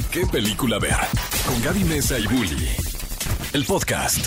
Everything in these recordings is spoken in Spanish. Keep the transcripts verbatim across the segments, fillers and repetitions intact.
¿Qué película ver? Con Gaby Mesa y Bully. El podcast.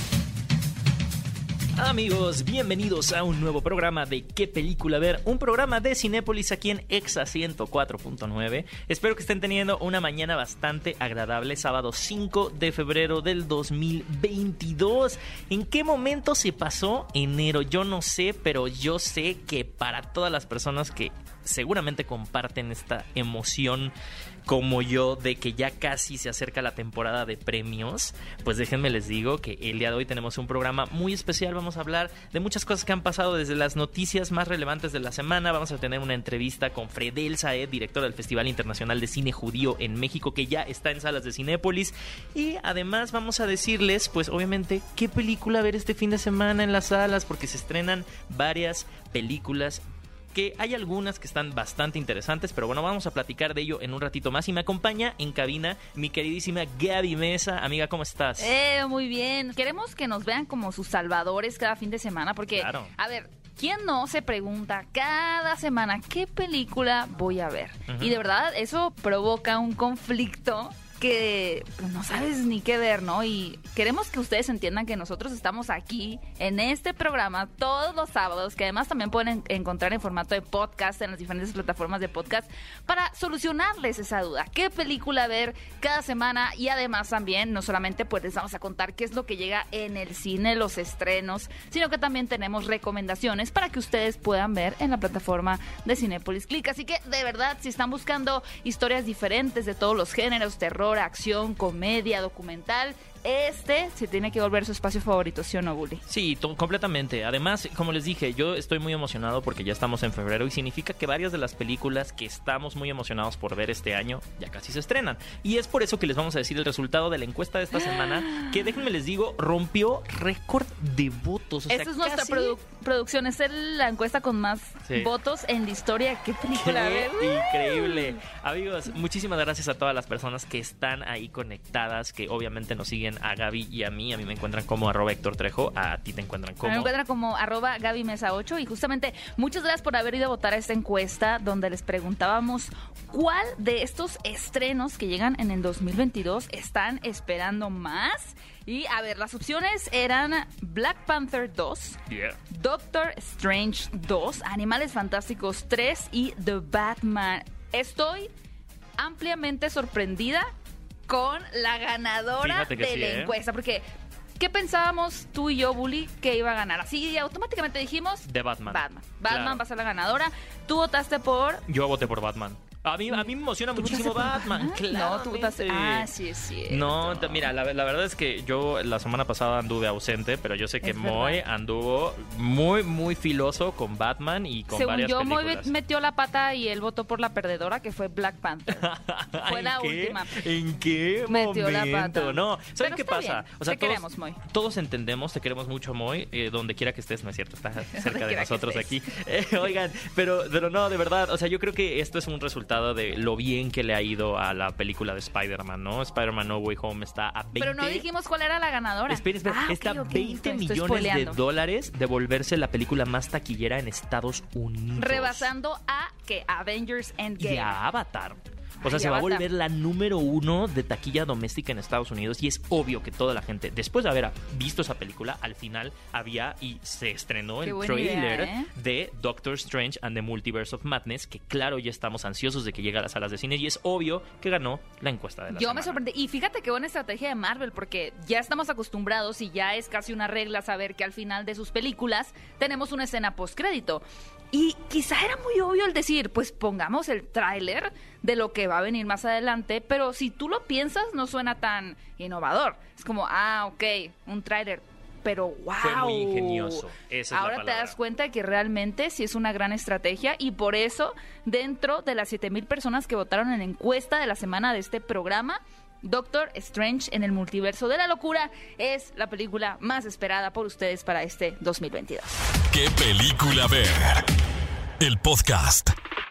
Amigos, bienvenidos a un nuevo programa de ¿Qué película ver? Un programa de Cinépolis aquí en Exa ciento cuatro punto nueve. Espero que estén teniendo una mañana bastante agradable, sábado cinco de febrero del dos mil veintidós. ¿En qué momento se pasó enero? Yo no sé, pero yo sé que para todas las personas que seguramente comparten esta emoción como yo de que ya casi se acerca la temporada de premios, pues déjenme les digo que el día de hoy tenemos un programa muy especial. Vamos a hablar de muchas cosas que han pasado desde las noticias más relevantes de la semana. Vamos a tener una entrevista con Fredel Saed, director del Festival Internacional de Cine Judío en México, que ya está en salas de Cinépolis. Y además vamos a decirles, pues obviamente, qué película ver este fin de semana en las salas, porque se estrenan varias películas que hay algunas que están bastante interesantes, pero bueno, vamos a platicar de ello en un ratito más. Y me acompaña en cabina mi queridísima Gaby Mesa. Amiga, ¿cómo estás? Eh, muy bien. Queremos que nos vean como sus salvadores cada fin de semana, porque, claro. A ver, ¿quién no se pregunta cada semana qué película voy a ver? Uh-huh. Y de verdad, eso provoca un conflicto que no sabes ni qué ver, ¿no? Y queremos que ustedes entiendan que nosotros estamos aquí en este programa todos los sábados, que además también pueden encontrar en formato de podcast en las diferentes plataformas de podcast, para solucionarles esa duda. ¿Qué película ver cada semana? Y además también, no solamente pues les vamos a contar qué es lo que llega en el cine, los estrenos, sino que también tenemos recomendaciones para que ustedes puedan ver en la plataforma de Cinépolis Click. Así que, de verdad, si están buscando historias diferentes de todos los géneros, terror, acción, comedia, documental, este se tiene que volver su espacio favorito, ¿sí o no, Bully? Sí, to- completamente. Además, como les dije, yo estoy muy emocionado porque ya estamos en febrero y significa que varias de las películas que estamos muy emocionados por ver este año ya casi se estrenan. Y es por eso que les vamos a decir el resultado de la encuesta de esta semana, que déjenme les digo, rompió récord de votos. O sea, esta es nuestra casi... produ- producción, es el- la encuesta con más sí. votos en la historia. ¿Qué película Qué ver? Increíble. Amigos, muchísimas gracias a todas las personas que están ahí conectadas, que obviamente nos siguen a Gaby y a mí. A mí me encuentran como arroba Héctor Trejo, a ti te encuentran como... A mí me encuentran como arroba Gaby Mesa ocho. Y justamente muchas gracias por haber ido a votar a esta encuesta donde les preguntábamos cuál de estos estrenos que llegan en el dos mil veintidós están esperando más. Y a ver, las opciones eran Black Panther dos, yeah. Doctor Strange dos, Animales Fantásticos tres y The Batman. Estoy ampliamente sorprendida con la ganadora de sí, la ¿eh? encuesta, porque ¿qué pensábamos tú y yo, Bully, que iba a ganar? Así automáticamente dijimos The Batman. Batman. Batman Claro. va a ser la ganadora. Tú votaste por... Yo voté por Batman. A mí, a mí me emociona muchísimo Batman. Claro. No, tú votaste... Ah, sí, es cierto. No, t- mira, la, la verdad es que yo la semana pasada anduve ausente, pero yo sé que Es Moy verdad. anduvo muy, muy filoso con Batman y con Según varias yo, Moy películas. metió la pata y él votó por la perdedora, que fue Black Panther. Fue ¿En la qué? última. ¿En qué Metió momento? la pata. No, ¿saben Pero qué está pasa? bien. O sea, Te todos, queremos, Moy. todos entendemos, te queremos mucho, Moy, eh, donde quiera que estés, no es cierto, está cerca de quiera que nosotros estés. aquí. Eh, oigan, pero, pero no, de verdad, o sea, yo creo que esto es un resultado de lo bien que le ha ido a la película de Spider-Man, ¿no? Spider-Man No Way Home está a veinte... Pero no dijimos cuál era la ganadora. Espera, espera, Ah, ok, está ok, veinte estoy millones spoileando. de dólares de volverse la película más taquillera en Estados Unidos. Rebasando a que Avengers Endgame. Y a Avatar. O sea, Ay, se va a Avatar. volver la número uno de taquilla doméstica en Estados Unidos y es obvio que toda la gente, después de haber visto esa película, al final había y se estrenó Qué el buena trailer idea, ¿eh? de Doctor Strange and the Multiverse of Madness, que claro, ya estamos ansiosos de que llegue a las salas de cine y es obvio que ganó la encuesta de la Yo semana. me sorprendí. Y fíjate qué buena estrategia de Marvel, porque ya estamos acostumbrados y ya es casi una regla saber que al final de sus películas tenemos una escena postcrédito. Y quizá era muy obvio el decir, pues pongamos el tráiler de lo que va a venir más adelante, pero si tú lo piensas no suena tan innovador. Es como, ah, ok, un tráiler, pero wow. Fue muy ingenioso, esa es la Ahora te palabra. das cuenta de que realmente sí es una gran estrategia y por eso dentro de las siete mil personas que votaron en la encuesta de la semana de este programa, Doctor Strange en el Multiverso de la Locura es la película más esperada por ustedes para este dos mil veintidós. ¿Qué película ver? El podcast.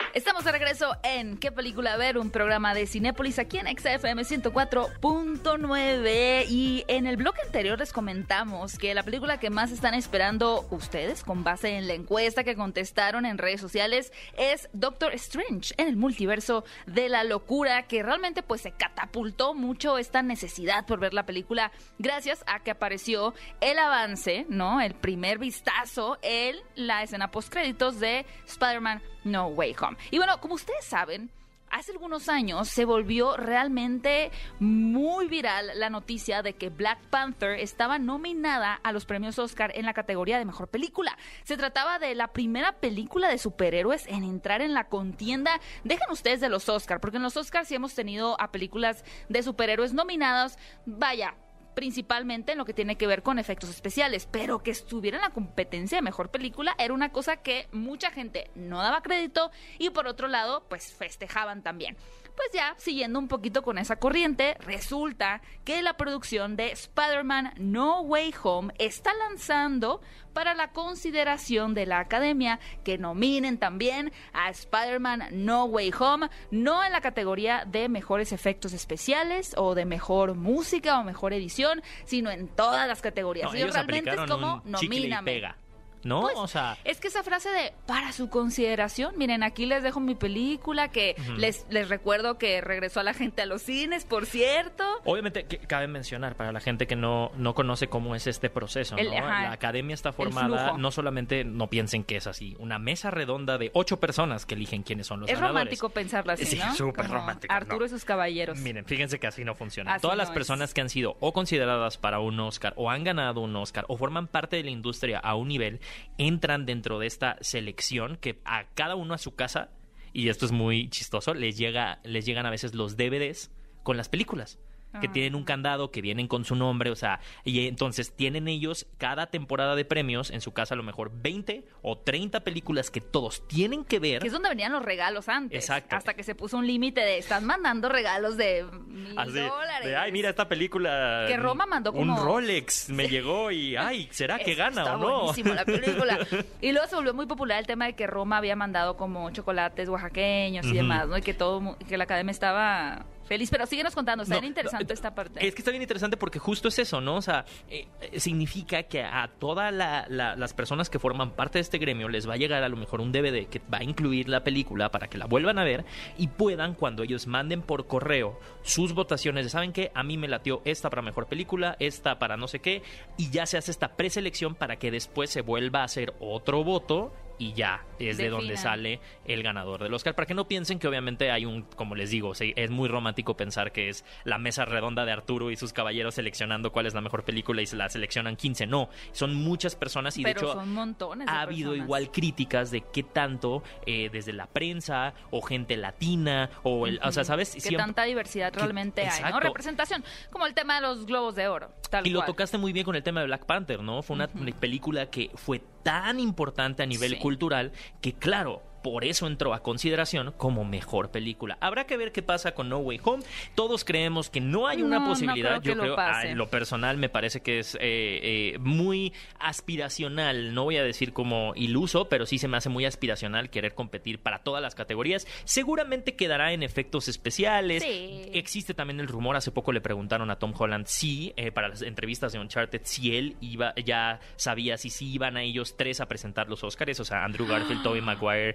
Estamos de regreso en ¿Qué película ver? Un programa de Cinépolis aquí en X F M ciento cuatro punto nueve. Y en el bloque anterior les comentamos que la película que más están esperando ustedes, con base en la encuesta que contestaron en redes sociales, es Doctor Strange en el multiverso de la locura, que realmente pues se catapultó mucho esta necesidad por ver la película gracias a que apareció el avance, ¿no? El primer vistazo en la escena postcréditos de Spider-Man No Way Home. Y bueno, como ustedes saben, hace algunos años se volvió realmente muy viral la noticia de que Black Panther estaba nominada a los premios Oscar en la categoría de Mejor Película. Se trataba de la primera película de superhéroes en entrar en la contienda. Dejen ustedes de los Oscar, porque en los Oscar sí hemos tenido a películas de superhéroes nominadas, vaya, principalmente en lo que tiene que ver con efectos especiales, pero que estuviera en la competencia de Mejor Película era una cosa que mucha gente no daba crédito y por otro lado, pues festejaban también. Pues ya, siguiendo un poquito con esa corriente, resulta que la producción de Spider-Man No Way Home está lanzando para la consideración de la Academia que nominen también a Spider-Man No Way Home, no en la categoría de mejores efectos especiales o de mejor música o mejor edición, sino en todas las categorías. No, y ellos realmente es como un chicle y nomíname. pega, ¿no? Pues, o sea, es que esa frase de para su consideración, miren, aquí les dejo mi película, que uh-huh. les, les recuerdo que regresó a la gente a los cines, por cierto. Obviamente, que cabe mencionar para la gente que no, no conoce cómo es este proceso, ¿no? El, ajá, la academia está formada, no solamente, no piensen que es así, una mesa redonda de ocho personas que eligen quiénes son los es ganadores. Es romántico pensarlo así, sí, ¿no? súper romántico. Arturo no. y sus caballeros. Miren, fíjense que así no funciona. Así Todas no las personas es. que han sido o consideradas para un Oscar o han ganado un Oscar o forman parte de la industria a un nivel, entran dentro de esta selección que a cada uno a su casa, y esto es muy chistoso, les llega les llegan a veces los D V Ds con las películas que Ah. tienen un candado, que vienen con su nombre, o sea, y entonces tienen ellos cada temporada de premios, en su casa a lo mejor veinte o treinta películas que todos tienen que ver. Que es donde venían los regalos antes. Exacto. Hasta que se puso un límite de están mandando regalos de mil Así, dólares. de, ay, mira esta película. Que Roma mandó como... Un Rolex me llegó y, ay, ¿será que Es- gana está o no? buenísimo la película. Y luego se volvió muy popular el tema de que Roma había mandado como chocolates oaxaqueños y Ujú. demás, ¿no? Y que todo, mu- que la academia estaba feliz. Pero síguenos contando, está No, bien interesante no, esta parte. Es que está bien interesante porque justo es eso, ¿no? O sea, eh, eh, significa que a todas la, la, las personas que forman parte de este gremio les va a llegar a lo mejor un D V D que va a incluir la película para que la vuelvan a ver y puedan, cuando ellos manden por correo sus votaciones de, ¿saben qué? A mí me latió esta para mejor película, esta para no sé qué, y ya se hace esta preselección para que después se vuelva a hacer otro voto y ya es de Definan. donde sale el ganador del Oscar. Para que no piensen que obviamente hay un, como les digo, sí, es muy romántico pensar que es la mesa redonda de Arturo y sus caballeros seleccionando cuál es la mejor película y se la seleccionan quince. No, son muchas personas y Pero de hecho son montones de ha habido personas. igual críticas de qué tanto eh, desde la prensa o gente latina o el, o sea, ¿sabes? Que Siempre- tanta diversidad que- realmente hay, ¿no? exacto. Representación, como el tema de los Globos de Oro, tal Y lo cual. tocaste muy bien con el tema de Black Panther, ¿no? Fue una Ujú. película que fue tan importante a nivel Sí. cultural que, claro, por eso entró a consideración como mejor película. Habrá que ver qué pasa con No Way Home. Todos creemos que no hay una No, no posibilidad. creo que Yo lo creo, pase. ah, en lo personal, me parece que es eh, eh, muy aspiracional. No voy a decir como iluso, pero sí se me hace muy aspiracional querer competir para todas las categorías. Seguramente quedará en efectos especiales. Sí. Existe también el rumor, hace poco le preguntaron a Tom Holland si, eh, para las entrevistas de Uncharted, si él iba, ya sabía si sí iban a ellos tres a presentar los Oscars, o sea, Andrew Garfield, Tobey Maguire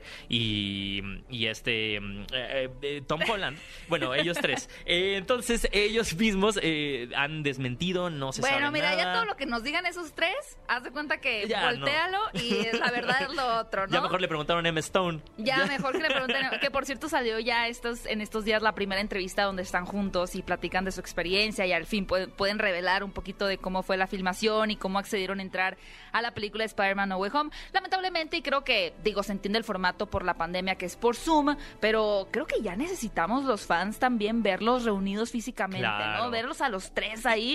y, y este eh, eh, Tom Holland. Bueno, ellos tres. Eh, entonces, ellos mismos eh, han desmentido, no se sabe Bueno, mira, nada. ya todo lo que nos digan esos tres, haz de cuenta que Ya, voltéalo y la verdad es lo otro, ¿no? Ya mejor le preguntaron a Emma Stone. Ya, mejor que le pregunten, que por cierto salió ya estos en estos días la primera entrevista donde están juntos y platican de su experiencia y al fin pueden, pueden revelar un poquito de cómo fue la filmación y cómo accedieron a entrar a la película de Spider-Man No Way Home. Lamentablemente, y creo que, digo, se entiende el formato por la pandemia que es por Zoom, pero creo que ya necesitamos los fans también verlos reunidos físicamente, Claro. ¿no? Verlos a los tres ahí,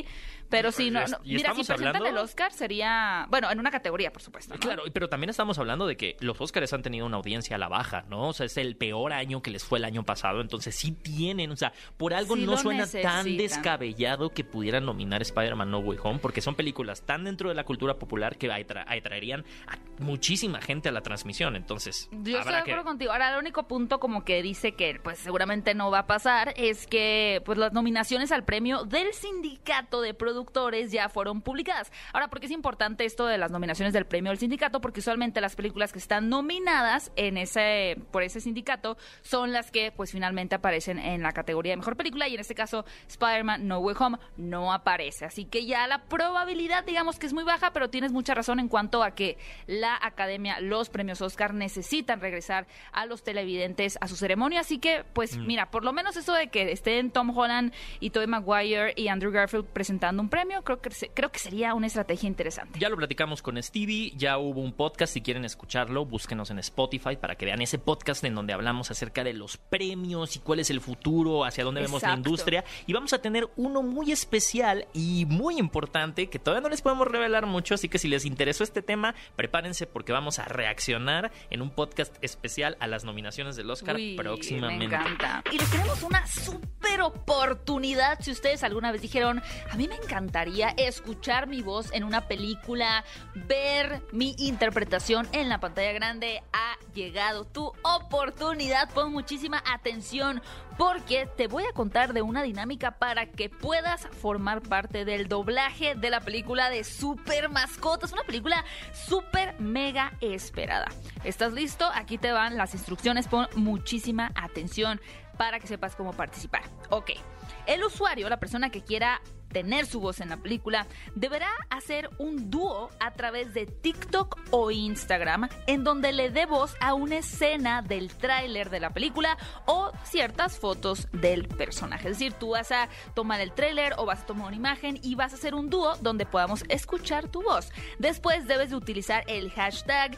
Pero sí, no, Y no. est- y Mira, si estamos presentan hablando- el Oscar sería, bueno, en una categoría, por supuesto, ¿no? Claro, pero también estamos hablando de que los Óscares han tenido una audiencia a la baja, ¿no? O sea, es el peor año que les fue el año pasado, entonces sí tienen, o sea, por algo Sí no lo suena tan necesitan. descabellado que pudieran nominar Spider-Man No Way Home, porque son películas tan dentro de la cultura popular que atra- atraerían a muchísima gente a la transmisión, entonces Yo estoy de habrá acuerdo que... contigo. Ahora, el único punto como que dice que pues seguramente no va a pasar es que pues las nominaciones al premio del sindicato de productores ya fueron publicadas. Ahora, ¿por qué es importante esto de las nominaciones del premio del sindicato? Porque usualmente las películas que están nominadas en ese por ese sindicato son las que pues finalmente aparecen en la categoría de mejor película, y en este caso Spider-Man No Way Home no aparece. Así que ya la probabilidad, digamos que es muy baja, pero tienes mucha razón en cuanto a que la Academia, los premios Oscar necesitan regresar a los televidentes a su ceremonia. Así que, pues Mm. mira, por lo menos eso de que estén Tom Holland y Tobey Maguire y Andrew Garfield presentando un premio, creo que se- creo que sería una estrategia interesante. Ya lo platicamos con Stevie, ya hubo un podcast, si quieren escucharlo, búsquenos en Spotify para que vean ese podcast en donde hablamos acerca de los premios y cuál es el futuro, hacia dónde vemos la Exacto. industria. Y vamos a tener uno muy especial y muy importante que todavía no les podemos revelar mucho, así que si les interesó este tema, prepárense porque vamos a reaccionar en un podcast especial a las nominaciones del Oscar Uy, próximamente. me encanta. Y les tenemos una súper oportunidad. Si ustedes alguna vez dijeron, a mí me encantaría escuchar mi voz en una película, ver mi interpretación en la pantalla grande, ha llegado tu oportunidad. Pon muchísima atención porque te voy a contar de una dinámica para que puedas formar parte del doblaje de la película de Super Mascotas, una película súper mega esperada. ¿Estás listo? Aquí te van las instrucciones, pon muchísima atención para que sepas cómo participar. Ok, el usuario, la persona que quiera tener su voz en la película, deberá hacer un dúo a través de TikTok o Instagram en donde le dé voz a una escena del tráiler de la película o ciertas fotos del personaje. Es decir, tú vas a tomar el tráiler o vas a tomar una imagen y vas a hacer un dúo donde podamos escuchar tu voz. Después debes de utilizar el hashtag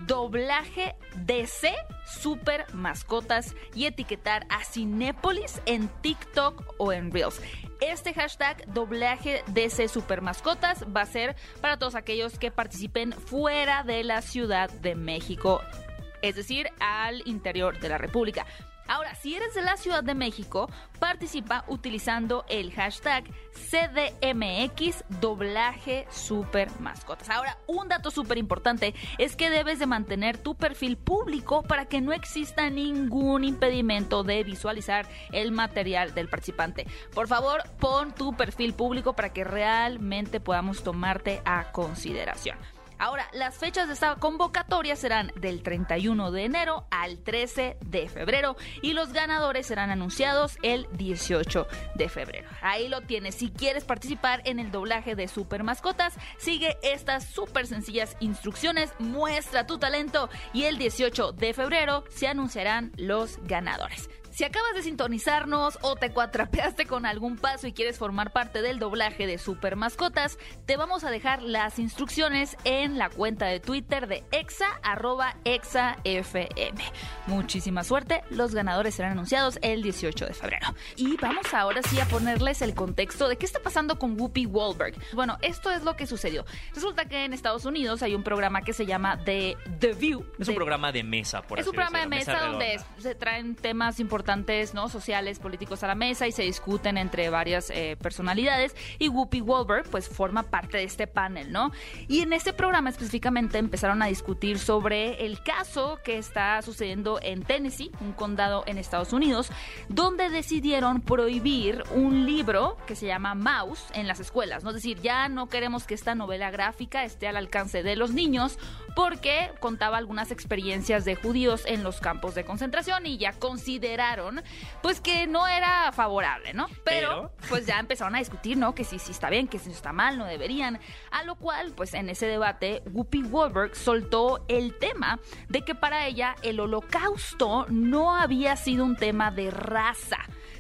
doblaje D C Super Mascotas y etiquetar a Cinépolis en TikTok o en Reels. Este hashtag doblaje D C Super Mascotas va a ser para todos aquellos que participen fuera de la Ciudad de México, es decir, al interior de la República. Ahora, si eres de la Ciudad de México, participa utilizando el hashtag C D M X doblaje super mascotas. Ahora, un dato súper importante es que debes de mantener tu perfil público para que no exista ningún impedimento de visualizar el material del participante. Por favor, pon tu perfil público para que realmente podamos tomarte a consideración. Ahora, las fechas de esta convocatoria serán del treinta y uno de enero al trece de febrero y los ganadores serán anunciados el dieciocho de febrero. Ahí lo tienes. Si quieres participar en el doblaje de Super Mascotas, sigue estas súper sencillas instrucciones, muestra tu talento y el dieciocho de febrero se anunciarán los ganadores. Si acabas de sintonizarnos o te cuatrapeaste con algún paso y quieres formar parte del doblaje de Super Mascotas, te vamos a dejar las instrucciones en la cuenta de Twitter de Exa, arroba ExaFM. Muchísima suerte, los ganadores serán anunciados el dieciocho de febrero. Y vamos ahora sí a ponerles el contexto de qué está pasando con Whoopi Goldberg. Bueno, esto es lo que sucedió. Resulta que en Estados Unidos hay un programa que se llama The, The View. Es de, un programa de mesa, por Es así un programa de decirlo, mesa donde redonda. se traen temas importantes, ¿no? Sociales, políticos a la mesa y se discuten entre varias eh, personalidades, y Whoopi Goldberg pues forma parte de este panel, ¿no? Y en este programa específicamente empezaron a discutir sobre el caso que está sucediendo en Tennessee, un condado en Estados Unidos, donde decidieron prohibir un libro que se llama Mouse en las escuelas, ¿no? Es decir, ya no queremos que esta novela gráfica esté al alcance de los niños porque contaba algunas experiencias de judíos en los campos de concentración y ya consideraron pues que no era favorable, ¿no? Pero, Pero... pues ya empezaron a discutir, ¿no? Que si sí, sí está bien, que si está mal, no deberían. A lo cual, pues en ese debate, Whoopi Goldberg soltó el tema de que para ella el holocausto no había sido un tema de raza,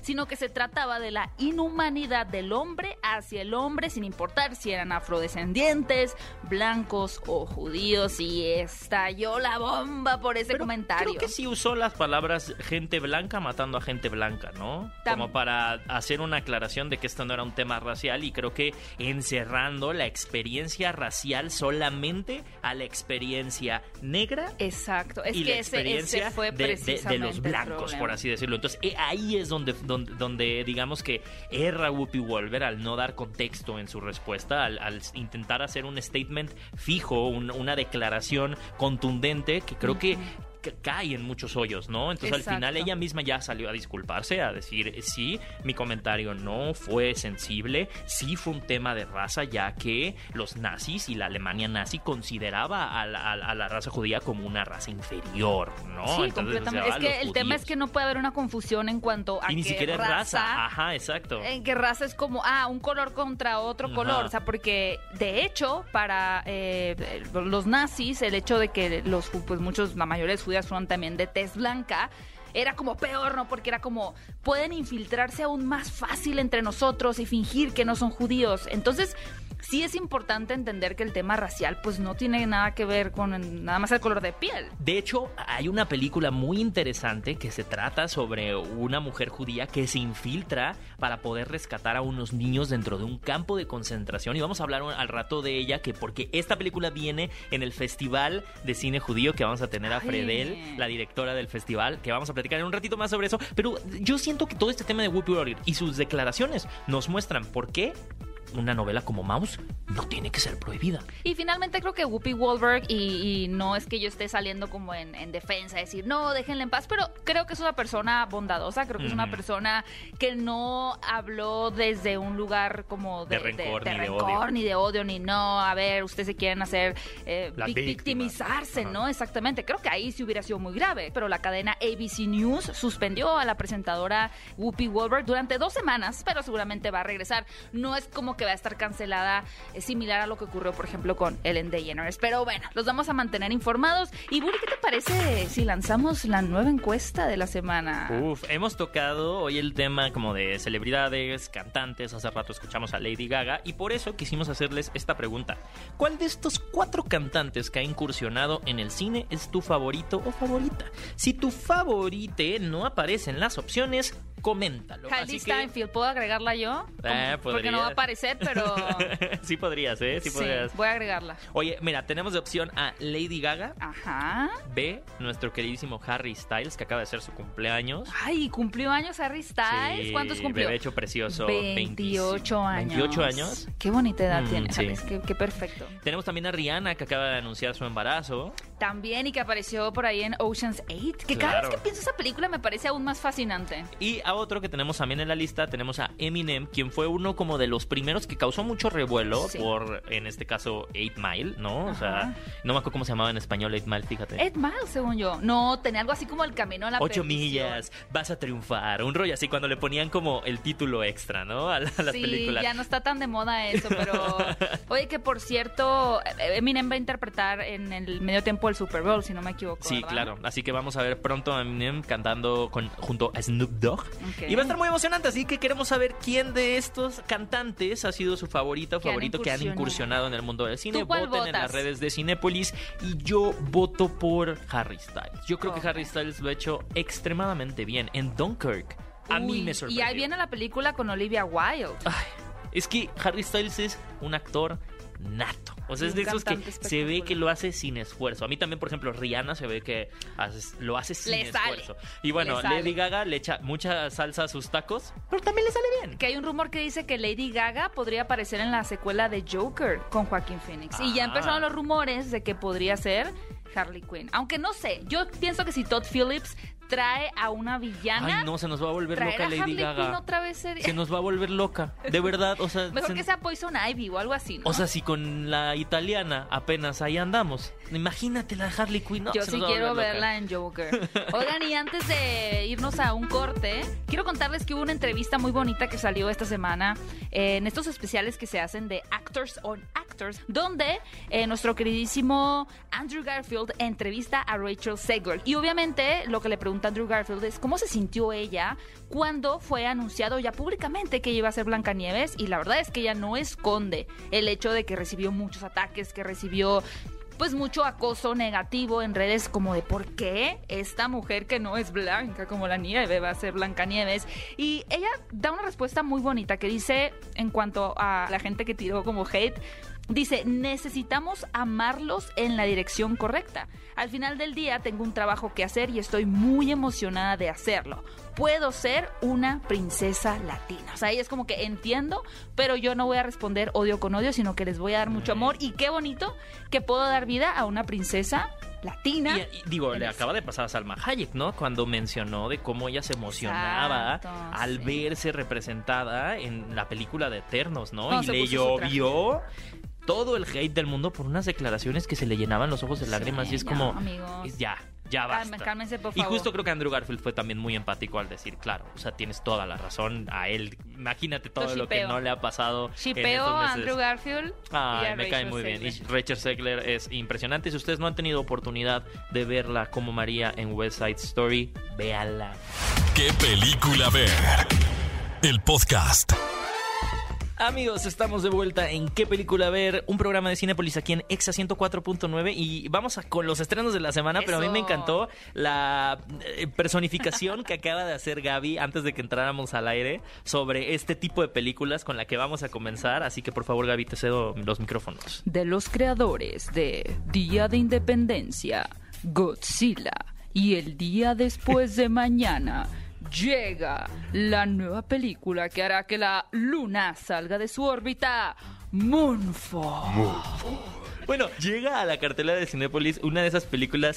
sino que se trataba de la inhumanidad del hombre hacia el hombre, sin importar si eran afrodescendientes, blancos o judíos, y estalló la bomba por ese Pero comentario. Creo que sí usó las palabras gente blanca matando a gente blanca, ¿no? Tam- Como para hacer una aclaración de que esto no era un tema racial, y creo que encerrando la experiencia racial solamente a la experiencia negra. Exacto, es y que la ese, experiencia ese fue de, de- precisamente de los el blancos, problema. por así decirlo. Entonces, eh, ahí es donde, donde, donde digamos que erra Whoopi Wolver al no dar contexto en su respuesta, al, al intentar hacer un statement fijo, un- una declaración contundente, que creo que que cae en muchos hoyos, ¿no? Entonces Exacto. al final ella misma ya salió a disculparse, a decir, sí, mi comentario no fue sensible, sí fue un tema de raza, ya que los nazis y la Alemania nazi consideraba a la, a la- a la raza judía como una raza inferior, ¿no? Sí, Entonces, completamente. o sea, Es que los el tema es judíos. que no puede haber una confusión en cuanto a Y ni que siquiera es raza. Ajá, exacto. En que raza es como, ah, un color contra otro Ajá. color. O sea, porque de hecho, para eh, los nazis, el hecho de que los, pues muchos, la mayoría de los judíos fueron también de tez blanca, era como peor, ¿no? Porque era como, pueden infiltrarse aún más fácil entre nosotros y fingir que no son judíos. Entonces, sí es importante entender que el tema racial pues no tiene nada que ver con el- nada más el color de piel. De hecho, hay una película muy interesante que se trata sobre una mujer judía que se infiltra para poder rescatar a unos niños dentro de un campo de concentración, y vamos a hablar un- al rato de ella, que porque esta película viene en el Festival de Cine Judío, que vamos a tener a Ay. Fredel, la directora del festival, que vamos a platicar en un ratito más sobre eso. Pero yo siento que todo este tema de Whoopi Goldberg y sus declaraciones nos muestran por qué una novela como Mouse no tiene que ser prohibida. Y finalmente creo que Whoopi Goldberg, y, y no es que yo esté saliendo como en, en defensa, decir, no, déjenla en paz, pero creo que es una persona bondadosa, creo que es una Ujú. persona que no habló desde un lugar como de, De rencor, de ni de rencor, odio. ni de odio, ni no, a ver, ustedes se quieren hacer eh, Las vic- víctimas. victimizarse, Ajá. ¿no? Exactamente, creo que ahí sí hubiera sido muy grave, pero la cadena A B C News suspendió a la presentadora Whoopi Goldberg durante dos semanas, pero seguramente va a regresar. No es como que va a estar cancelada, es similar a lo que ocurrió, por ejemplo, con Ellen DeGeneres. Pero bueno, los vamos a mantener informados. Y Bully, ¿qué te parece si lanzamos la nueva encuesta de la semana? Uf, hemos tocado hoy el tema como de celebridades, cantantes. Hace rato escuchamos a Lady Gaga y por eso quisimos hacerles esta pregunta. ¿Cuál de estos cuatro cantantes que ha incursionado en el cine es tu favorito o favorita? Si tu favorite no aparece en las opciones, coméntalo. Hailey Así que- Steinfeld, ¿puedo agregarla yo? Eh, Como- Porque no va a podrías. aparecer, pero sí podrías, ¿eh? Sí, sí, podrías. voy a agregarla. Oye, mira, tenemos de opción a Lady Gaga, Ajá. B, nuestro queridísimo Harry Styles, que acaba de ser su cumpleaños. Ay, cumplió años Harry Styles. Sí, ¿Cuántos cumplió? bebé hecho precioso. veintiocho años. veintiocho años. Qué bonita edad Mm, tiene, sí. Harry. Qué, qué perfecto. Tenemos también a Rihanna, que acaba de anunciar su embarazo. También, y que apareció por ahí en Ocean's eight, que cada Claro. vez que pienso esa película me parece aún más fascinante. Y a otro que tenemos también en la lista, tenemos a Eminem, quien fue uno como de los primeros que causó mucho revuelo Sí. por, en este caso, Eight Mile, ¿no? O Ajá. sea, no me acuerdo cómo se llamaba en español Eight Mile, fíjate. Ed Miles, según yo. No, tenía algo así como el camino a la Ocho perdición. millas, vas a triunfar. Un rollo así cuando le ponían como el título extra, ¿no? A, la- a las Sí, películas. ya no está tan de moda eso, pero... Oye, que por cierto, Eminem va a interpretar en el medio tiempo del Super Bowl, si no me equivoco, Sí, ¿verdad? claro. Así que vamos a ver pronto a Eminem cantando con, junto a Snoop Dogg. Ok. Y va a estar muy emocionante, así que queremos saber quién de estos cantantes ha sido su favorito o Que han favorito que han incursionado. incursionado en el mundo del cine. ¿Tú cuál Voten en votas? las redes de Cinépolis y yo voto por Harry Styles. Yo creo Ok. que Harry Styles lo ha hecho extremadamente bien en Dunkirk. A mí Uy, me y sorprendió. ahí viene la película con Olivia Wilde. Ay, es que Harry Styles es un actor nato. O sea, Y es de un esos que cantante se ve espectacular. que lo hace sin esfuerzo. A mí también, por ejemplo, Rihanna se ve que hace- lo hace sin Le sale. esfuerzo. Y bueno, Le sale. Lady Gaga le echa mucha salsa a sus tacos, pero también le sale bien. Que hay un rumor que dice que Lady Gaga podría aparecer en la secuela de Joker con Joaquín Phoenix. Y ya Ah. empezaron los rumores de que podría ser Harley Quinn. Aunque no sé, yo pienso que si Todd Phillips trae a una villana, Ay, no, se nos va a volver traer loca a Lady Harley Quinn Gaga. otra vez sería... Se nos va a volver loca. De verdad, o sea... Mejor se- que sea Poison Ivy o algo así, ¿no? O sea, si con la italiana apenas ahí andamos. Imagínate la Harley Quinn. No, Yo se sí nos va a quiero volver loca. verla en Joker. Oigan, y antes de irnos a un corte, quiero contarles que hubo una entrevista muy bonita que salió esta semana eh, en estos especiales que se hacen de Actors on Actors. Actors, donde eh, nuestro queridísimo Andrew Garfield entrevista a Rachel Zegler. Y obviamente lo que le pregunta Andrew Garfield es cómo se sintió ella cuando fue anunciado ya públicamente que iba a ser Blancanieves, y la verdad es que ella no esconde el hecho de que recibió muchos ataques, que recibió pues mucho acoso negativo en redes, como de por qué esta mujer que no es blanca como la nieve va a ser Blancanieves. Y ella da una respuesta muy bonita que dice, en cuanto a la gente que tiró como hate, dice: necesitamos amarlos en la dirección correcta. Al final del día tengo un trabajo que hacer y estoy muy emocionada de hacerlo. Puedo ser una princesa latina. O sea, ahí es como que entiendo, pero yo no voy a responder odio con odio, sino que les voy a dar mucho amor. Y qué bonito que puedo dar vida a una princesa latina. Y, y digo, le acaba de pasar a Salma Hayek, ¿no? Cuando mencionó de cómo ella se emocionaba Exacto, al sí. verse representada en la película de Eternos, ¿no? No, y se le puso su traje. llovió todo el hate del mundo por unas declaraciones que se le llenaban los ojos de lágrimas. Sí, y es ya, como, amigos. ya, ya basta. Calmen- cálmense, por Y favor. justo creo que Andrew Garfield fue también muy empático al decir, claro, o sea, tienes toda la razón. A él, imagínate todo Lo lo que shipeo. no le ha pasado en Shipeo estos a meses. Andrew Garfield y Ay, a me cae Rachel muy bien. Zegler. Y Rachel Zegler es impresionante. Si ustedes no han tenido oportunidad de verla como María en West Side Story, véanla. ¿Qué película ver? El podcast. Amigos, estamos de vuelta en ¿Qué película ver? Un programa de Cinépolis aquí en Exa ciento cuatro punto nueve y vamos a, con los estrenos de la semana, pero a mí me Eso. encantó la eh, personificación que acaba de hacer Gaby antes de que entráramos al aire sobre este tipo de películas con la que vamos a comenzar, así que por favor, Gaby, te cedo los micrófonos. De los creadores de Día de Independencia, Godzilla y El Día Después de Mañana, llega la nueva película que hará que la luna salga de su órbita, Moonfall. Bueno, llega a la cartelera de Cinépolis una de esas películas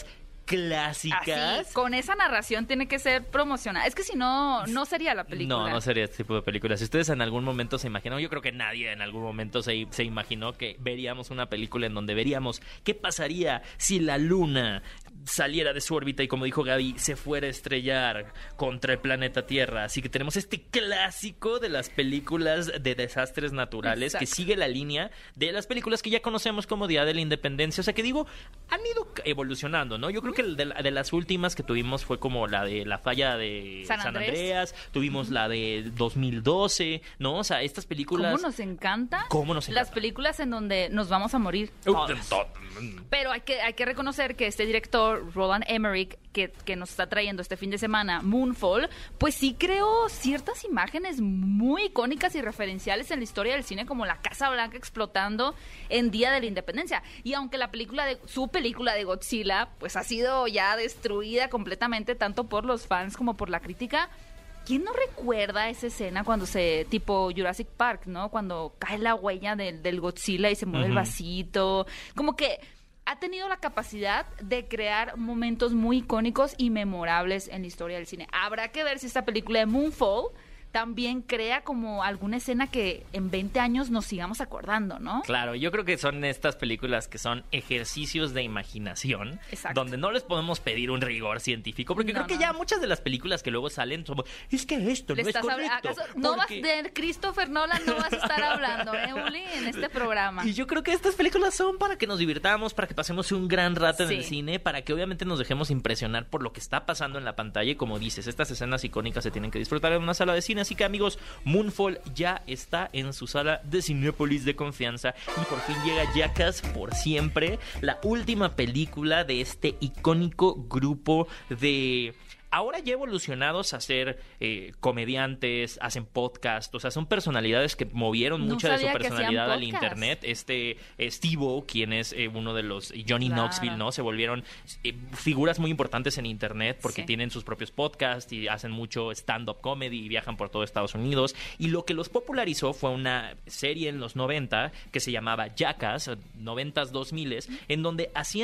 clásicas. Así, con esa narración tiene que ser promocionada. Es que si no, no sería la película. No, no sería este tipo de películas. Si ustedes en algún momento se imaginaron, yo creo que nadie en algún momento se, se imaginó que veríamos una película en donde veríamos qué pasaría si la luna saliera de su órbita y, como dijo Gaby, se fuera a estrellar contra el planeta Tierra. Así que tenemos este clásico de las películas de desastres naturales. Exacto. Que sigue la línea de las películas que ya conocemos como Día de la Independencia. O sea que digo, han ido evolucionando, ¿no? Yo creo que el de, la- de las últimas que tuvimos fue como la de la falla de San San Andrés. Andreas, tuvimos la de dos mil doce, ¿no? O sea, estas películas... ¿Cómo nos encanta? ¿Cómo nos Las encanta? películas en donde nos vamos a morir Uh, todos. to- Pero hay que, hay que reconocer que este director, Roland Emmerich, que, que nos está trayendo este fin de semana, Moonfall, pues sí creó ciertas imágenes muy icónicas y referenciales en la historia del cine, como la Casa Blanca explotando en Día de la Independencia. Y aunque la película de su película de Godzilla, pues ha sido ya destruida completamente, tanto por los fans como por la crítica. ¿Quién no recuerda esa escena cuando se, tipo Jurassic Park, ¿no? Cuando cae la huella del, del Godzilla y se mueve el Ujú. vasito. Como que ha tenido la capacidad de crear momentos muy icónicos y memorables en la historia del cine. Habrá que ver si esta película de Moonfall también crea como alguna escena que en veinte años nos sigamos acordando, ¿no? Claro, yo creo que son estas películas que son ejercicios de imaginación, Exacto. donde no les podemos pedir un rigor científico, porque No, creo que no, ya no. muchas de las películas que luego salen son, es que esto Le no es estás habla- correcto. ¿acaso no vas porque- de Christopher Nolan, no vas a estar hablando, ¿eh, Uli? En este programa. Y yo creo que estas películas son para que nos divirtamos, para que pasemos un gran rato en Sí. el cine, para que obviamente nos dejemos impresionar por lo que está pasando en la pantalla. Y como dices, estas escenas icónicas se tienen que disfrutar en una sala de cine. Así que, amigos, Moonfall ya está en su sala de Cinépolis de confianza. Y por fin llega Jackass por siempre, la última película de este icónico grupo de... Ahora ya evolucionados a ser eh, comediantes, hacen podcast, o sea, son personalidades que movieron No mucha de su sabía que hacían personalidad al podcast. internet. Este eh, Steve-O, quien es eh, uno de los... y Johnny Claro. Knoxville, ¿no? Se volvieron eh, figuras muy importantes en internet porque Sí. tienen sus propios podcasts y hacen mucho stand-up comedy y viajan por todo Estados Unidos. Y lo que los popularizó fue una serie en los noventa que se llamaba Jackass, noventas, dos miles, en donde hacían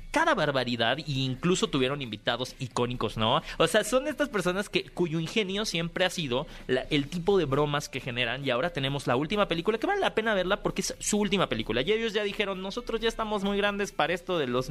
cada barbaridad, e incluso tuvieron invitados icónicos, ¿no? O sea, son estas personas que cuyo ingenio siempre ha sido la, el tipo de bromas que generan, y ahora tenemos la última película que vale la pena verla porque es su última película. Y ellos ya dijeron, nosotros ya estamos muy grandes para esto de los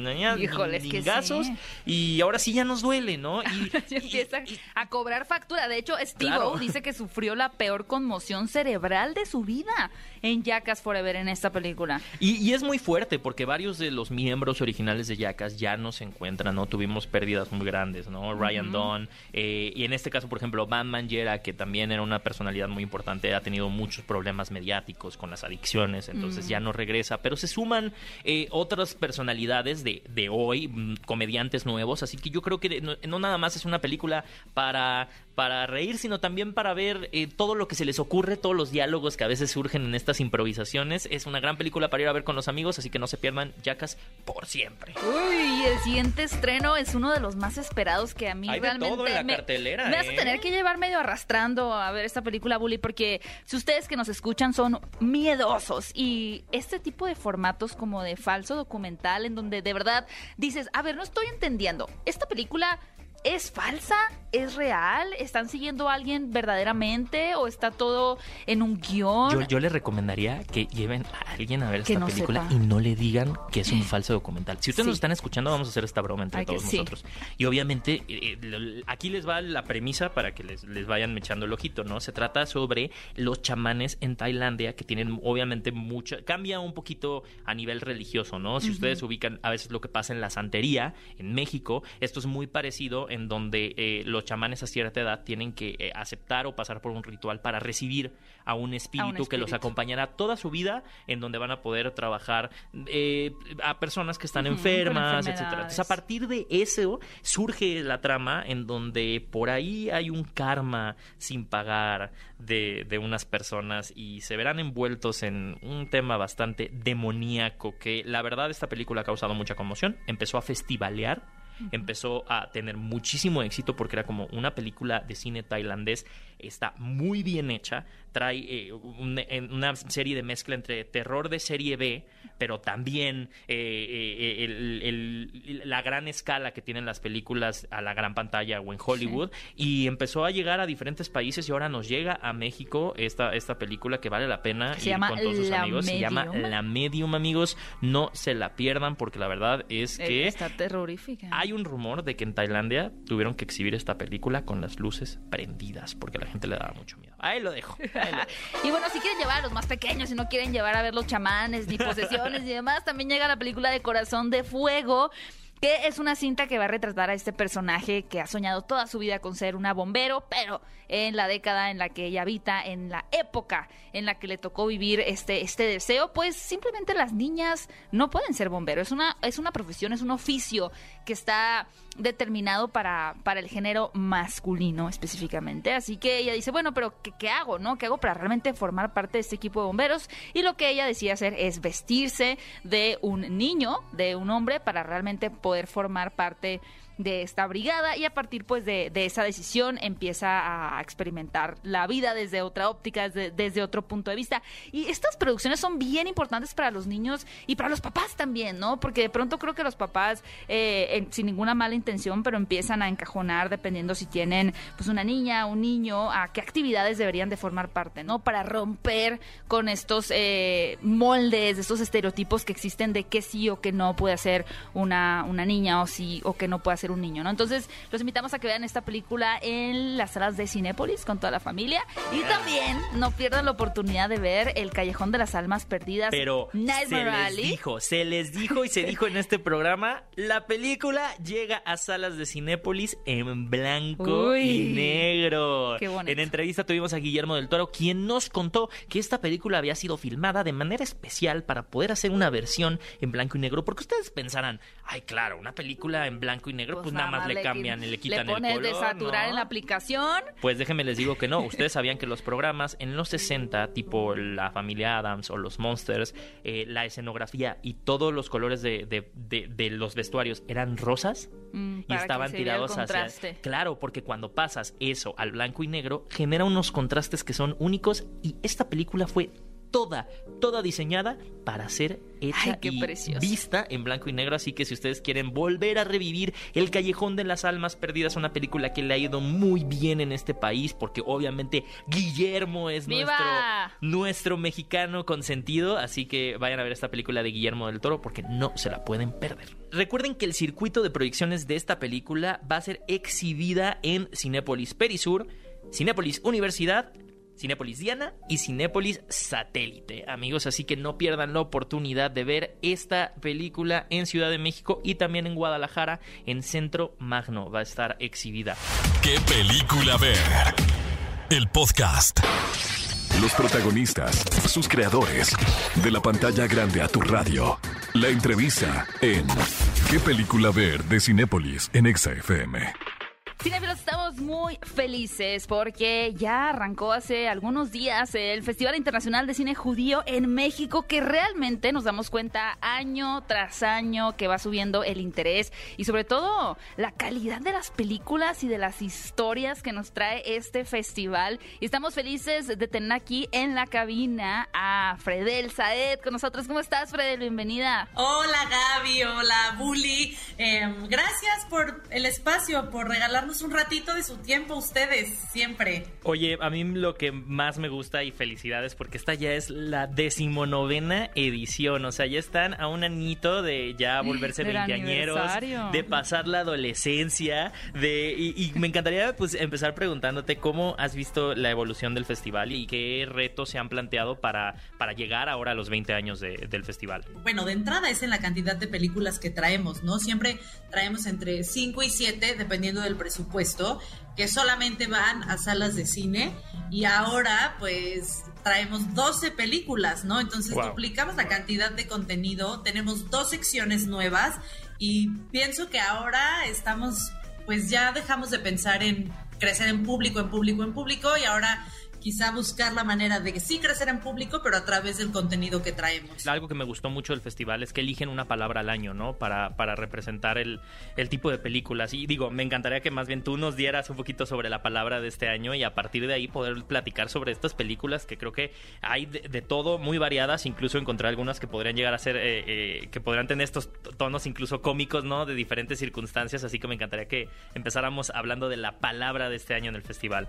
mingazos, sí. Y ahora sí ya nos duele, ¿no? Y, y empieza y, a cobrar factura. De hecho, Steve-O claro. dice que sufrió la peor conmoción cerebral de su vida en Jackass Forever, en esta película. Y, y es muy fuerte porque varios de los miembros originales de Jackass ya no se encuentran, ¿no? Tuvimos pérdidas muy grandes, ¿no? Ryan uh-huh. Dunn, eh, y en este caso, por ejemplo, Bam Margera, que también era una personalidad muy importante, ha tenido muchos problemas mediáticos con las adicciones, entonces uh-huh. ya no regresa, pero se suman eh, otras personalidades de, de hoy, comediantes nuevos, así que yo creo que no, no nada más es una película para, para reír, sino también para ver eh, todo lo que se les ocurre, todos los diálogos que a veces surgen en estas improvisaciones. Es una gran película para ir a ver con los amigos, así que no se pierdan Jackass por siempre. Uy, el siguiente estreno es uno de los más esperados que a mí Hay realmente de todo en la me, cartelera, me vas ¿eh? a tener que llevar medio arrastrando a ver esta película, Bully, porque si ustedes que nos escuchan son miedosos y este tipo de formatos como de falso documental en donde de verdad dices, a ver, no estoy entendiendo, esta película ¿es falsa? ¿Es real? ¿Están siguiendo a alguien verdaderamente? ¿O está todo en un guión? Yo, yo les recomendaría que lleven a alguien a ver que esta no película sepa. y no le digan que es un falso documental. Si ustedes Sí. nos están escuchando, vamos a hacer esta broma entre Ay, que todos sí. nosotros. Y obviamente, eh, eh, aquí les va la premisa para que les, les vayan echando el ojito, ¿no? Se trata sobre los chamanes en Tailandia que tienen obviamente mucha... Cambia un poquito a nivel religioso, ¿no? Si uh-huh. ustedes ubican a veces lo que pasa en la santería en México, esto es muy parecido en donde eh, los chamanes a cierta edad tienen que eh, aceptar o pasar por un ritual para recibir a un espíritu, a un espíritu que los acompañará toda su vida, en donde van a poder trabajar eh, a personas que están uh-huh, enfermas, etcétera. Entonces, a partir de eso surge la trama en donde por ahí hay un karma sin pagar de, de unas personas y se verán envueltos en un tema bastante demoníaco que la verdad esta película ha causado mucha conmoción, empezó a festivalear, empezó a tener muchísimo éxito porque era como una película de cine tailandés, está muy bien hecha, trae eh, un, una serie de mezcla entre terror de serie B, pero también eh, eh, el, el, la gran escala que tienen las películas a la gran pantalla o en Hollywood, sí. Y empezó a llegar a diferentes países y ahora nos llega a México esta, esta película que vale la pena se ir llama con todos sus La amigos. Medium. Se llama La Medium, amigos, no se la pierdan porque la verdad es que está terrorífica. Hay un rumor de que en Tailandia tuvieron que exhibir esta película con las luces prendidas porque a la gente le daba mucho miedo. Ahí lo dejo. Ahí lo dejo. Y bueno, si quieren llevar a los más pequeños, si no quieren llevar a ver los chamanes, ni posesiones y demás, también llega la película de Corazón de Fuego, que es una cinta que va a retratar a este personaje que ha soñado toda su vida con ser una bombero, pero en la década en la que ella habita, en la época en la que le tocó vivir este, este deseo, pues simplemente las niñas no pueden ser bomberos. Es una, es una profesión, es un oficio que está determinado para, para el género masculino específicamente. Así que ella dice, bueno, pero ¿qué, qué hago, no? ¿Qué hago para realmente formar parte de este equipo de bomberos? Y lo que ella decide hacer es vestirse de un niño, de un hombre, para realmente poder formar parte de esta brigada, y a partir pues de, de esa decisión empieza a experimentar la vida desde otra óptica, desde, desde otro punto de vista. Y estas producciones son bien importantes para los niños y para los papás también, ¿no? Porque de pronto creo que los papás, eh, en, sin ninguna mala intención, pero empiezan a encajonar dependiendo si tienen pues una niña, un niño, a qué actividades deberían de formar parte, ¿no? Para romper con estos eh, moldes, estos estereotipos que existen de que sí o que no puede hacer una, una niña o sí o que no puede hacer un niño, ¿no? Entonces, los invitamos a que vean esta película en las salas de Cinépolis con toda la familia, y también no pierdan la oportunidad de ver El Callejón de las Almas Perdidas. Pero Nightmare se les Alley. dijo, se les dijo y se dijo en este programa, la película llega a salas de Cinépolis en blanco Uy, y negro. qué bonito. En entrevista tuvimos a Guillermo del Toro, quien nos contó que esta película había sido filmada de manera especial para poder hacer una versión en blanco y negro, porque ustedes pensarán, ay, claro, una película en blanco y negro, pues, pues nada más le cambian y le quitan el color, le pones de saturar, ¿no? En la aplicación. Pues déjenme les digo que no. Ustedes sabían que los programas en los sesenta, tipo La Familia Addams o Los Monsters, eh, la escenografía y todos los colores de, de, de, de los vestuarios eran rosas mm, y estaban tirados hacia... Claro, porque cuando pasas eso al blanco y negro, genera unos contrastes que son únicos, y esta película fue toda, toda diseñada para ser hecha Ay, qué y precioso. vista en blanco y negro. Así que si ustedes quieren volver a revivir El Callejón de las Almas Perdidas, una película que le ha ido muy bien en este país, porque obviamente Guillermo es nuestro, ¡Viva! nuestro mexicano consentido. Así que vayan a ver esta película de Guillermo del Toro porque no se la pueden perder. Recuerden que el circuito de proyecciones de esta película va a ser exhibida en Cinépolis Perisur, Cinépolis Universidad, Cinépolis Diana y Cinépolis Satélite, amigos, así que no pierdan la oportunidad de ver esta película en Ciudad de México y también en Guadalajara, en Centro Magno va a estar exhibida. ¿Qué película ver? El podcast. Los protagonistas, sus creadores, de la pantalla grande a tu radio. La entrevista en ¿Qué película ver? De Cinépolis en Exa F M. Cinéfilos, estamos muy felices porque ya arrancó hace algunos días el Festival Internacional de Cine Judío en México, que realmente nos damos cuenta año tras año que va subiendo el interés y sobre todo la calidad de las películas y de las historias que nos trae este festival. Y estamos felices de tener aquí en la cabina a Fredel Saed con nosotros. ¿Cómo estás, Fredel? Bienvenida. Hola, Gaby. Hola, Bully. Eh, gracias por el espacio, por regalarnos un ratito de su tiempo a ustedes, siempre. Oye, a mí lo que más me gusta, y felicidades, porque esta ya es la decimonovena edición, o sea, ya están a un añito de ya volverse Del veinteañeros, aniversario. de pasar la adolescencia, de y, y me encantaría pues empezar preguntándote cómo has visto la evolución del festival y qué retos se han planteado para, para llegar ahora a los veinte años de, del festival. Bueno, de entrada es en la cantidad de películas que traemos, ¿no? Siempre traemos entre cinco y siete, dependiendo del presupuesto, que solamente van a salas de cine, y ahora pues traemos doce películas, ¿no? Entonces Wow. duplicamos la cantidad de contenido, tenemos dos secciones nuevas y pienso que ahora estamos, pues ya dejamos de pensar en crecer en público, en público, en público, y ahora quizá buscar la manera de que sí crecer en público, pero a través del contenido que traemos. Algo que me gustó mucho del festival es que eligen una palabra al año, ¿no? Para, para representar el, el tipo de películas. Y digo, me encantaría que más bien tú nos dieras un poquito sobre la palabra de este año y a partir de ahí poder platicar sobre estas películas que creo que hay de, de todo, muy variadas. Incluso encontré algunas que podrían llegar a ser, eh, eh, que podrían tener estos tonos incluso cómicos, ¿no? De diferentes circunstancias. Así que me encantaría que empezáramos hablando de la palabra de este año en el festival.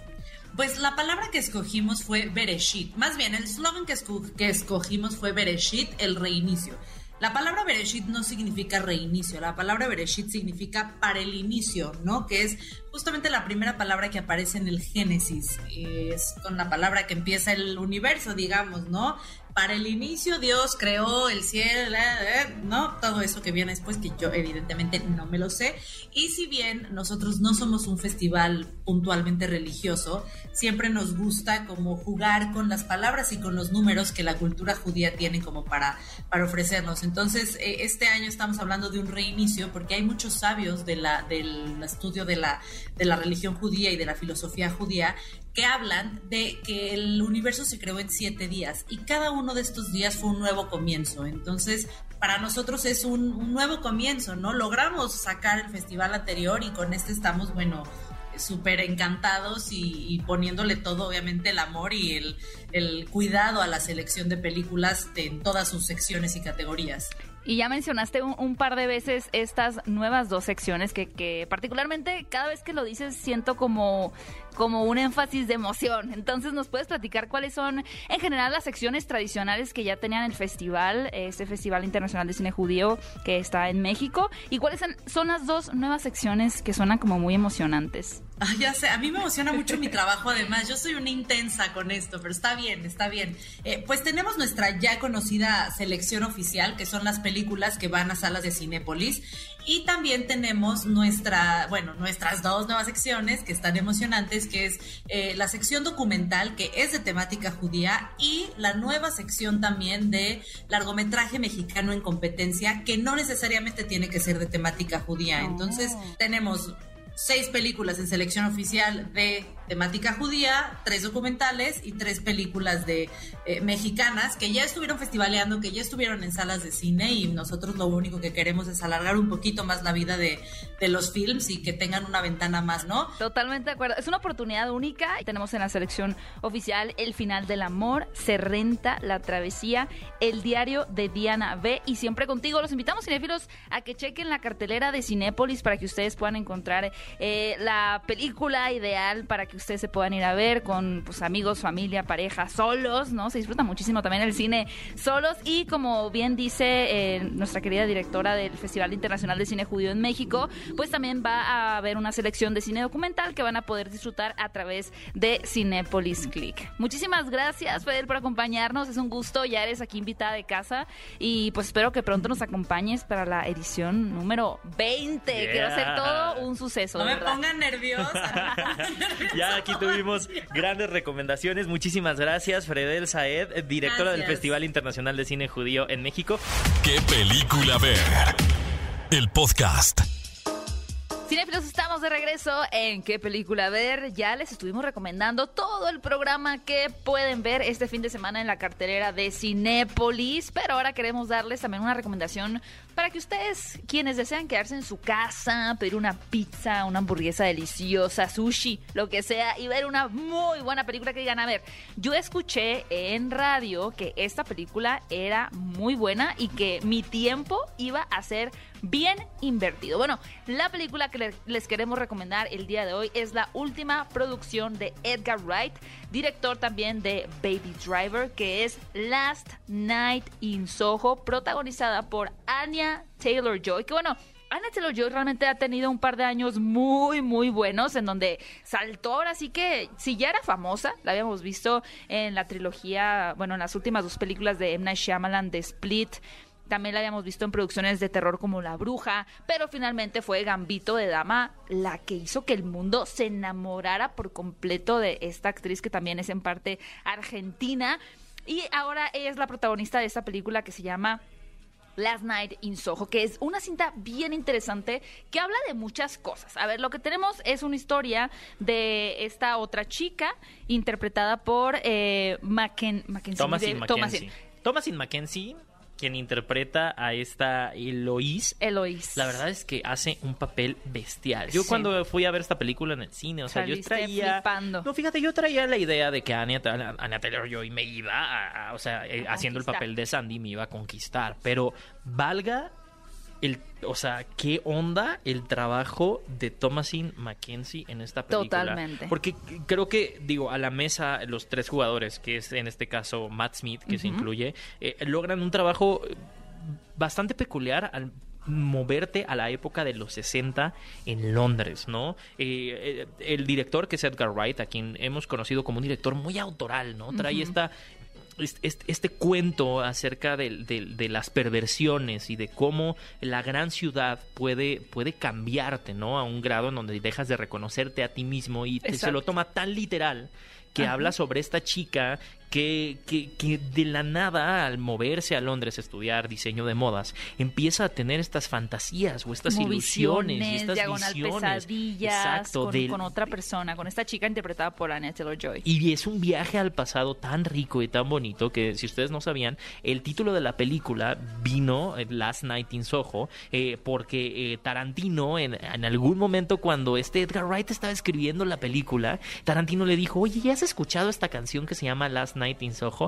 Pues la palabra que escogimos fue Bereshit. Más bien, el slogan que, esco- que escogimos fue Bereshit, el reinicio. La palabra Bereshit no significa reinicio, la palabra Bereshit significa para el inicio, ¿no? Que es justamente la primera palabra que aparece en el Génesis. Es con la palabra que empieza el universo, digamos, ¿no? Para el inicio Dios creó el cielo, ¿no? Todo eso que viene después, que yo evidentemente no me lo sé. Y si bien nosotros no somos un festival puntualmente religioso, siempre nos gusta como jugar con las palabras y con los números que la cultura judía tiene como para, para ofrecernos. Entonces, eh, este año estamos hablando de un reinicio porque hay muchos sabios de la, del estudio de la, de la religión judía y de la filosofía judía que hablan de que el universo se creó en siete días y cada uno de estos días fue un nuevo comienzo. Entonces, para nosotros es un, un nuevo comienzo, ¿no? Logramos sacar el festival anterior y con este estamos, bueno, súper encantados y, y poniéndole todo, obviamente, el amor y el, el cuidado a la selección de películas de, en todas sus secciones y categorías. Y ya mencionaste un, un par de veces estas nuevas dos secciones que, que particularmente cada vez que lo dices siento como, como un énfasis de emoción. Entonces, ¿nos puedes platicar cuáles son en general las secciones tradicionales que ya tenían el festival, este Festival Internacional de Cine Judío que está en México? ¿Y cuáles son, son las dos nuevas secciones que suenan como muy emocionantes? Ah, ya sé, a mí me emociona mucho mi trabajo, además, yo soy una intensa con esto, pero está bien, está bien. Eh, pues tenemos nuestra ya conocida selección oficial, que son las películas que van a salas de Cinépolis, y también tenemos nuestra, bueno, nuestras dos nuevas secciones que están emocionantes, que es eh, la sección documental, que es de temática judía, y la nueva sección también de largometraje mexicano en competencia, que no necesariamente tiene que ser de temática judía. Entonces, tenemos seis películas en selección oficial de temática judía, tres documentales y tres películas de eh, mexicanas que ya estuvieron festivaleando, que ya estuvieron en salas de cine, y nosotros lo único que queremos es alargar un poquito más la vida de, de los films y que tengan una ventana más, ¿no? Totalmente de acuerdo. Es una oportunidad única. Tenemos en la selección oficial El final del amor, Se renta, La travesía, El diario de Diana B. Y siempre contigo. Los invitamos, cinéfilos, a que chequen la cartelera de Cinépolis para que ustedes puedan encontrar eh, la película ideal para que ustedes se puedan ir a ver con pues, amigos, familia, pareja, solos, ¿no? Se disfruta muchísimo también el cine solos. Y como bien dice eh, nuestra querida directora del Festival Internacional de Cine Judío en México, pues también va a haber una selección de cine documental que van a poder disfrutar a través de Cinépolis Click. Muchísimas gracias, Fidel, por acompañarnos. Es un gusto, ya eres aquí invitada de casa y pues espero que pronto nos acompañes para la edición número veinte, yeah. que va a ser todo un suceso. No me ¿verdad? pongan nerviosa. No me pongan nerviosa. Ya aquí tuvimos grandes recomendaciones. Muchísimas gracias, Fredel Saed, directora gracias. del Festival Internacional de Cine Judío en México. ¿Qué película ver? El podcast. Cinéfilos, estamos de regreso en ¿Qué película ver? Ya les estuvimos recomendando todo el programa que pueden ver este fin de semana en la cartelera de Cinépolis, pero ahora queremos darles también una recomendación para que ustedes, quienes desean quedarse en su casa, pedir una pizza, una hamburguesa deliciosa, sushi, lo que sea, y ver una muy buena película que digan, a ver, yo escuché en radio que esta película era muy buena y que mi tiempo iba a ser bien invertido. Bueno, la película que les queremos recomendar el día de hoy es la última producción de Edgar Wright, director también de Baby Driver, que es Last Night in Soho, protagonizada por Anya Taylor-Joy, que bueno, Anya Taylor-Joy realmente ha tenido un par de años muy, muy buenos en donde saltó, ahora sí que si ya era famosa, la habíamos visto en la trilogía, bueno, en las últimas dos películas de M. Night Shyamalan, de Split. También la habíamos visto en producciones de terror como La Bruja, pero finalmente fue Gambito de Dama la que hizo que el mundo se enamorara por completo de esta actriz que también es en parte argentina. Y ahora ella es la protagonista de esta película que se llama Last Night in Soho, que es una cinta bien interesante que habla de muchas cosas. A ver, lo que tenemos es una historia de esta otra chica interpretada por eh, Macken, Mackenzie, Thomasin McKenzie. Thomasin McKenzie, quien interpreta a esta Eloise. Eloise. La verdad es que hace un papel bestial. Yo sí. cuando fui a ver esta película en el cine, o sea, Saliste yo traía... flipando. No, fíjate, yo traía la idea de que Anya, Anya Taylor-Joy me iba a, a, o sea, eh, haciendo el papel de Sandy me iba a conquistar, pero valga el, o sea, qué onda el trabajo de Thomasin McKenzie en esta película. Totalmente. Porque creo que, digo, a la mesa los tres jugadores, que es en este caso Matt Smith, que uh-huh. se incluye, eh, logran un trabajo bastante peculiar al moverte a la época de los sesenta en Londres, ¿no? Eh, el director, que es Edgar Wright, a quien hemos conocido como un director muy autoral, ¿no? Trae uh-huh. esta... Este, este cuento acerca de, de, de las perversiones y de cómo la gran ciudad puede, puede cambiarte, ¿no? A un grado en donde dejas de reconocerte a ti mismo y te, se lo toma tan literal que Ajá. habla sobre esta chica que, que, que de la nada, al moverse a Londres a estudiar diseño de modas, empieza a tener estas fantasías o estas Como ilusiones visiones, y estas diagonal visiones. Pesadillas, Exacto, con, del, con otra persona, con esta chica interpretada por Anya Taylor-Joy. Y es un viaje al pasado tan rico y tan bonito que, si ustedes no sabían, el título de la película vino, Last Night in Soho, eh, porque eh, Tarantino, en, en algún momento cuando este Edgar Wright estaba escribiendo la película, Tarantino le dijo, oye, ¿ya has escuchado esta canción que se llama Last Night in Soho?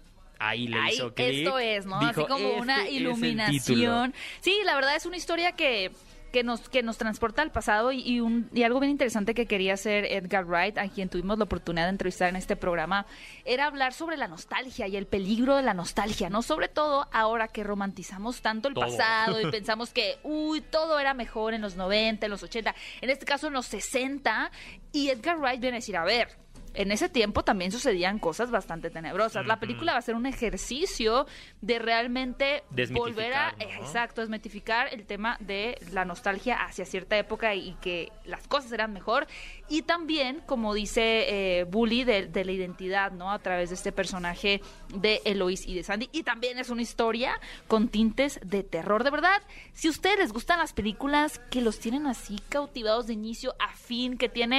Ahí le Ahí, hizo clic. Esto es, ¿no? Dijo, así como este una iluminación. Sí, la verdad es una historia que... que nos que nos transporta al pasado y, y, un, y algo bien interesante que quería hacer Edgar Wright, a quien tuvimos la oportunidad de entrevistar en este programa, era hablar sobre la nostalgia y el peligro de la nostalgia, ¿no? Sobre todo ahora que romantizamos tanto el todo. pasado y pensamos que, uy, todo era mejor en los noventa, en los ochenta, en este caso en los sesenta, y Edgar Wright viene a decir, a ver, en ese tiempo también sucedían cosas bastante tenebrosas. Uh-huh. La película va a ser un ejercicio de realmente volver a... ¿no? Exacto, desmitificar el tema de la nostalgia hacia cierta época y que las cosas eran mejor. Y también, como dice eh, Bully, de, de la identidad, ¿no? A través de este personaje de Eloise y de Sandy. Y también es una historia con tintes de terror. De verdad, si a ustedes les gustan las películas que los tienen así cautivados de inicio a fin, que tiene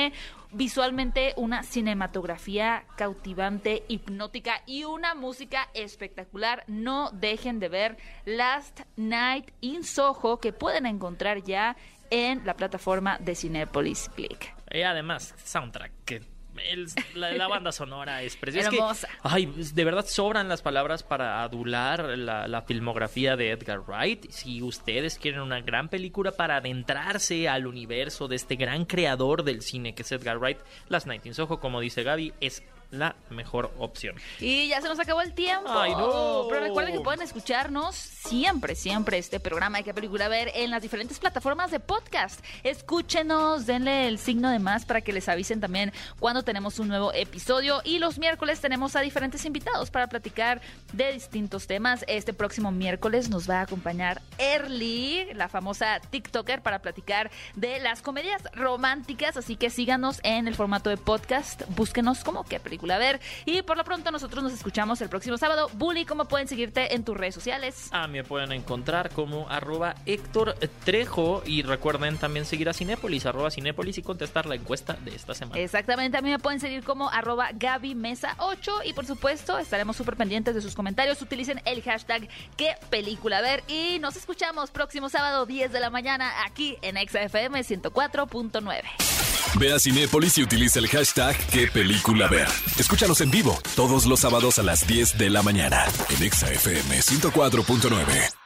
visualmente una cinematografía cautivante, hipnótica y una música espectacular. No dejen de ver Last Night in Soho, que pueden encontrar ya en la plataforma de Cinépolis Click. Y además, soundtrack, que el, la, la banda sonora es preciosa. Hermosa. Es que, ay, de verdad sobran las palabras para adular la, la filmografía de Edgar Wright. Si ustedes quieren una gran película para adentrarse al universo de este gran creador del cine que es Edgar Wright, Last Night in Soho, como dice Gaby, es la mejor opción. Y ya se nos acabó el tiempo. ¡Ay, no! Pero recuerden que pueden escucharnos siempre, siempre este programa de Qué Película Ver en las diferentes plataformas de podcast. Escúchenos, denle el signo de más para que les avisen también cuando tenemos un nuevo episodio. Y los miércoles tenemos a diferentes invitados para platicar de distintos temas. Este próximo miércoles nos va a acompañar Erly, la famosa TikToker, para platicar de las comedias románticas. Así que síganos en el formato de podcast. Búsquenos como Qué Película Ver. Y por lo pronto nosotros nos escuchamos el próximo sábado. Bully, ¿cómo pueden seguirte en tus redes sociales? A mí me pueden encontrar como arroba Héctor Trejo. Y recuerden también seguir a Cinépolis, arroba Cinépolis, y contestar la encuesta de esta semana. Exactamente, a mí me pueden seguir como arroba Gaby Mesa ocho. Y por supuesto estaremos súper pendientes de sus comentarios. Utilicen el hashtag Qué Película Ver. Y nos escuchamos próximo sábado diez de la mañana aquí en Exa F M ciento cuatro punto nueve. Ve a Cinépolis y utiliza el hashtag Qué Película Ver. Escúchanos en vivo todos los sábados a las diez de la mañana en Exa F M ciento cuatro punto nueve.